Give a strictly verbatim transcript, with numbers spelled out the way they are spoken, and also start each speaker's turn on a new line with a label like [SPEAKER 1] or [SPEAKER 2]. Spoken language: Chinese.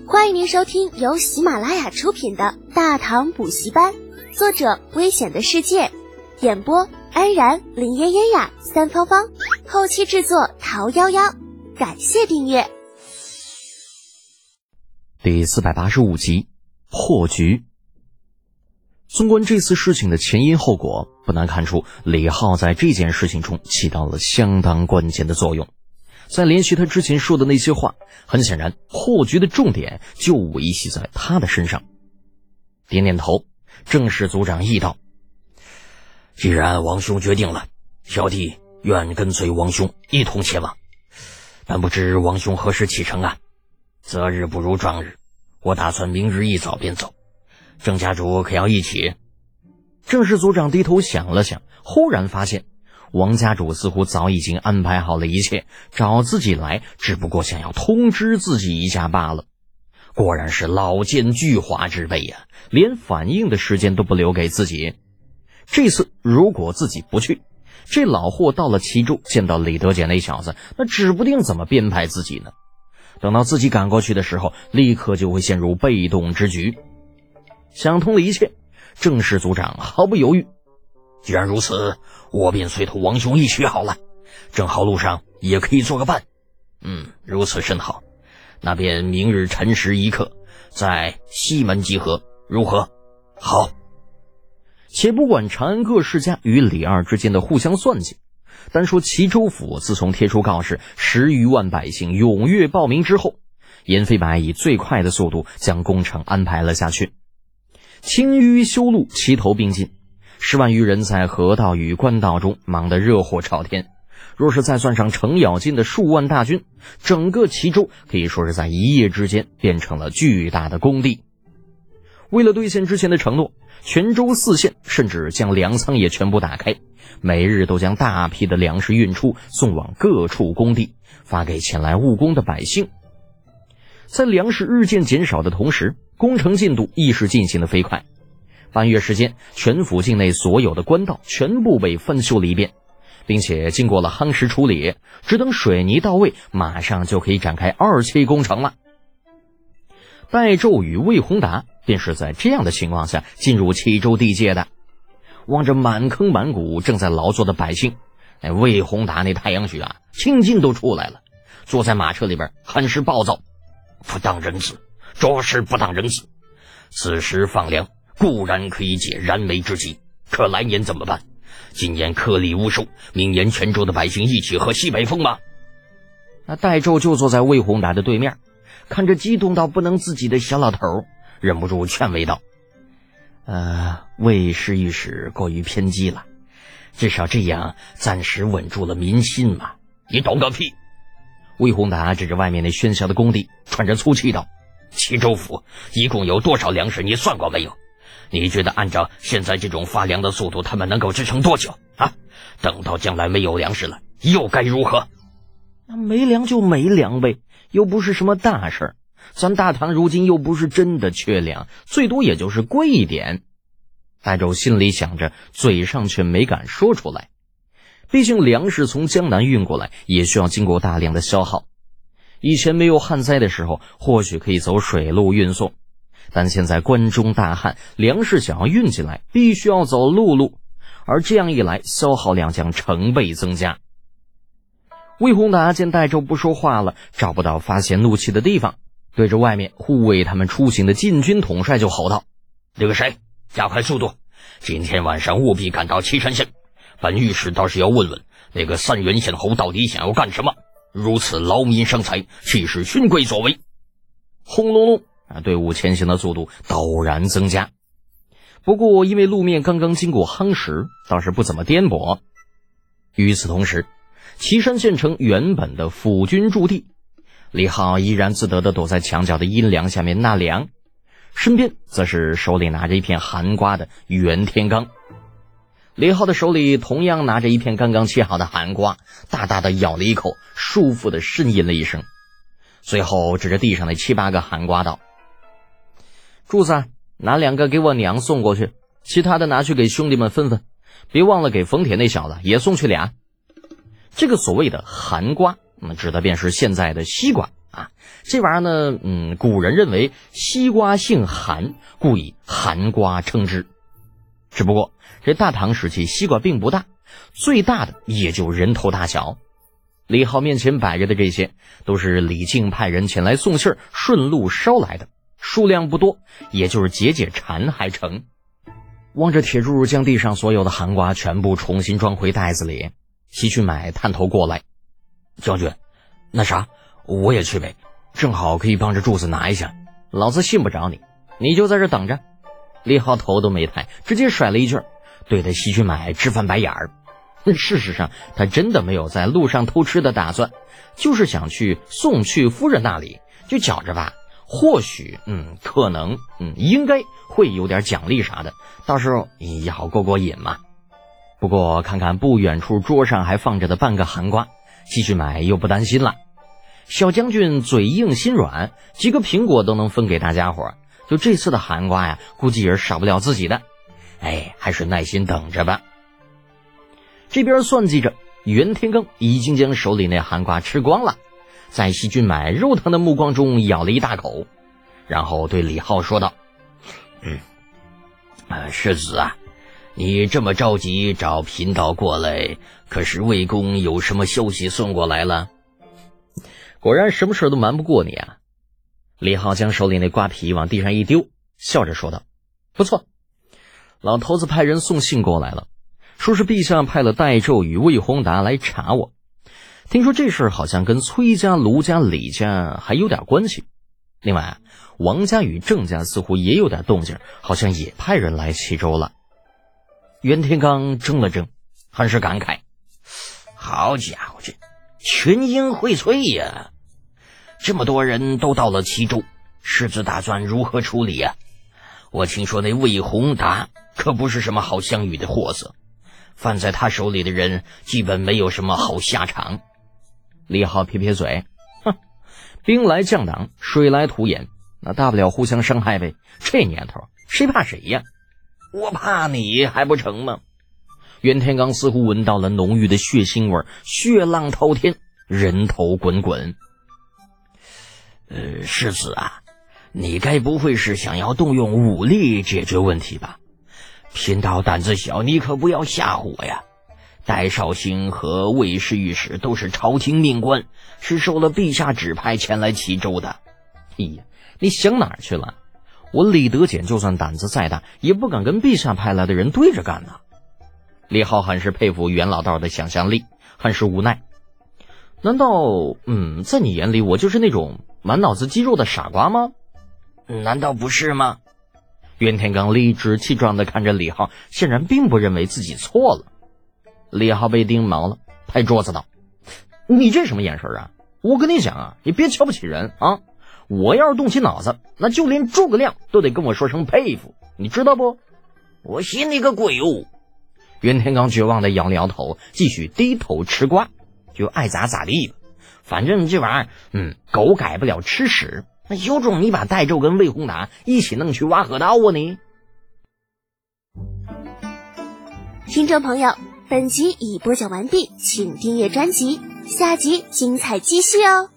[SPEAKER 1] 欢迎您收听由喜马拉雅出品的《大唐补习班》，作者危险的世界，演播安然、林嫣嫣呀、三芳芳，后期制作桃夭夭。感谢订阅。
[SPEAKER 2] 第四百八十五集，破局。纵观这次事情的前因后果，不难看出李浩在这件事情中起到了相当关键的作用。再联系他之前说的那些话，很显然破局的重点就维系在他的身上。点点头，正式组长议道：
[SPEAKER 3] 既然王兄决定了，小弟愿跟随王兄一同前往，但不知王兄何时启程啊？择日不如撞日，我打算明日一早便走，郑家主可要一起？
[SPEAKER 2] 正式组长低头想了想，忽然发现王家主似乎早已经安排好了一切，找自己来只不过想要通知自己一下罢了。果然是老奸巨猾之辈呀、啊，连反应的时间都不留给自己。这次如果自己不去，这老货到了齐州见到李德俭那小子，那指不定怎么编排自己呢。等到自己赶过去的时候，立刻就会陷入被动之局。想通了一切，正式组长毫不犹豫：
[SPEAKER 3] 既然如此，我便随同王兄一起好了，正好路上也可以做个伴。嗯，如此甚好。那便明日辰时一刻，在西门集合，如何？好。
[SPEAKER 2] 且不管长安各世家与李二之间的互相算计，单说齐州府自从贴出告示，十余万百姓踊跃报名之后，严飞白以最快的速度将工程安排了下去。清淤修路齐头并进，十万余人在河道与官道中忙得热火朝天。若是再算上程咬金的数万大军，整个齐州可以说是在一夜之间变成了巨大的工地。为了兑现之前的承诺，全州四县甚至将粮仓也全部打开，每日都将大批的粮食运出，送往各处工地，发给前来务工的百姓。在粮食日渐减少的同时，工程进度亦是进行的飞快。半月时间，全府境内所有的官道全部被翻修了一遍，并且经过了夯实处理，只等水泥到位，马上就可以展开二期工程了。戴胄与魏宏达便是在这样的情况下进入齐州地界的。望着满坑满谷正在劳作的百姓，哎，魏宏达那太阳穴啊，青筋都出来了，坐在马车里边很是暴躁：
[SPEAKER 3] 不当人子，着实不当人子。此时放粮固然可以解燃眉之急，可来年怎么办？今年颗粒无收，明年全州的百姓一起喝西北风吗？
[SPEAKER 2] 那戴胄就坐在魏宏达的对面，看着激动到不能自己的小老头，忍不住劝慰道：呃，魏师御史过于偏激了，至少这样暂时稳住了民心嘛。
[SPEAKER 3] 你懂个屁！
[SPEAKER 2] 魏宏达指着外面那喧嚣的工地，喘着粗气道：
[SPEAKER 3] 齐州府一共有多少粮食，你算过没有？你觉得按照现在这种发粮的速度，他们能够支撑多久啊？等到将来没有粮食了，又该如何？
[SPEAKER 2] 那没粮就没粮呗，又不是什么大事儿。咱大唐如今又不是真的缺粮，最多也就是贵一点。戴胄心里想着，嘴上却没敢说出来。毕竟粮食从江南运过来，也需要经过大量的消耗。以前没有旱灾的时候，或许可以走水路运送，但现在关中大旱，粮食想要运进来，必须要走陆路，而这样一来，消耗量将成倍增加。魏宏达见戴胄不说话了，找不到发泄怒气的地方，对着外面护卫他们出行的禁军统帅就吼道：
[SPEAKER 3] 那个谁，加快速度，今天晚上务必赶到岐山县。本御史倒是要问问那个三原县侯到底想要干什么，如此劳民伤财，岂是勋贵所为？
[SPEAKER 2] 轰隆隆啊，队伍前行的速度陡然增加。不过因为路面刚刚经过夯实，倒是不怎么颠簸。与此同时，岐山县城原本的府军驻地，李浩依然自得地躲在墙角的阴凉下面纳凉，身边则是手里拿着一片寒瓜的袁天罡。李浩的手里同样拿着一片刚刚切好的寒瓜，大大的咬了一口，舒服地呻吟了一声，随后指着地上的七八个寒瓜道：柱子，拿两个给我娘送过去，其他的拿去给兄弟们分分，别忘了给冯铁那小子也送去俩。这个所谓的寒瓜，那指的便是现在的西瓜啊，这玩意儿呢，嗯，古人认为西瓜性寒，故以寒瓜称之。只不过这大唐时期西瓜并不大，最大的也就人头大小。李浩面前摆着的这些都是李靖派人前来送信儿顺路捎来的，数量不多，也就是解解馋还成。望着铁柱将地上所有的寒瓜全部重新装回袋子里，西去买探头过来：“
[SPEAKER 3] 将军，那啥，我也去呗，正好可以帮着柱子拿一下。”“
[SPEAKER 2] 老子信不着你，你就在这等着。”李浩头都没抬，直接甩了一句，对着西去买直翻白眼儿。事实上他真的没有在路上偷吃的打算，就是想去送去夫人那里，就觉着吧，或许嗯可能嗯应该会有点奖励啥的，到时候也好过过瘾嘛。不过看看不远处桌上还放着的半个寒瓜，西去买又不担心了。小将军嘴硬心软，几个苹果都能分给大家伙，就这次的寒瓜呀，估计也是少不了自己的。哎，还是耐心等着吧。这边算计着，袁天罡已经将手里那寒瓜吃光了，在细菌买肉疼的目光中咬了一大口，然后对李浩说道：“
[SPEAKER 3] 嗯，呃，世子啊，你这么着急找贫道过来，可是魏公有什么消息送过来了？”
[SPEAKER 2] 果然什么事都瞒不过你啊。李浩将手里那瓜皮往地上一丢，笑着说道：“不错，老头子派人送信过来了，说是陛下派了代胄与魏宏达来查我。听说这事儿好像跟崔家、卢家、李家还有点关系。另外，王家与郑家似乎也有点动静，好像也派人来齐州了。”袁天罡怔了怔，很是感慨：“
[SPEAKER 3] 好家伙，这群英荟萃呀！这么多人都到了齐州，世子打算如何处理呀？我听说那魏宏达可不是什么好相与的货色，犯在他手里的人基本没有什么好下场。”
[SPEAKER 2] 李浩撇撇嘴：“哼，兵来将挡，水来土掩，那大不了互相伤害呗。这年头谁怕谁呀？”“
[SPEAKER 3] 我怕你还不成吗？”
[SPEAKER 2] 袁天罡似乎闻到了浓郁的血腥味，血浪滔天，人头滚滚。
[SPEAKER 3] “呃，世子啊，你该不会是想要动用武力解决问题吧？贫道胆子小，你可不要吓唬我呀！戴绍兴和魏氏御史都是朝廷命官，是受了陛下指派前来齐州的。”“
[SPEAKER 2] 哎呀，你想哪儿去了？我李德俭就算胆子再大，也不敢跟陛下派来的人对着干呐。”李浩很是佩服袁老道的想象力，很是无奈。难道嗯，在你眼里我就是那种满脑子肌肉的傻瓜吗？”“
[SPEAKER 3] 难道不是吗？”
[SPEAKER 2] 袁天罡理直气壮地看着李浩，显然并不认为自己错了。李浩被盯毛了，拍桌子道：“你这什么眼神啊？我跟你讲啊，你别瞧不起人啊！我要是动起脑子，那就连诸葛亮都得跟我说声佩服，你知道不？”“
[SPEAKER 3] 我信你个鬼哦！”
[SPEAKER 2] 袁天罡绝望地摇了摇头，继续低头吃瓜，就爱咋咋地吧。反正这玩意儿，嗯，狗改不了吃屎。那有种你把代胄跟魏宏达一起弄去挖河道啊你！
[SPEAKER 1] 听众朋友，本集已播讲完毕，请订阅专辑，下集精彩继续哦。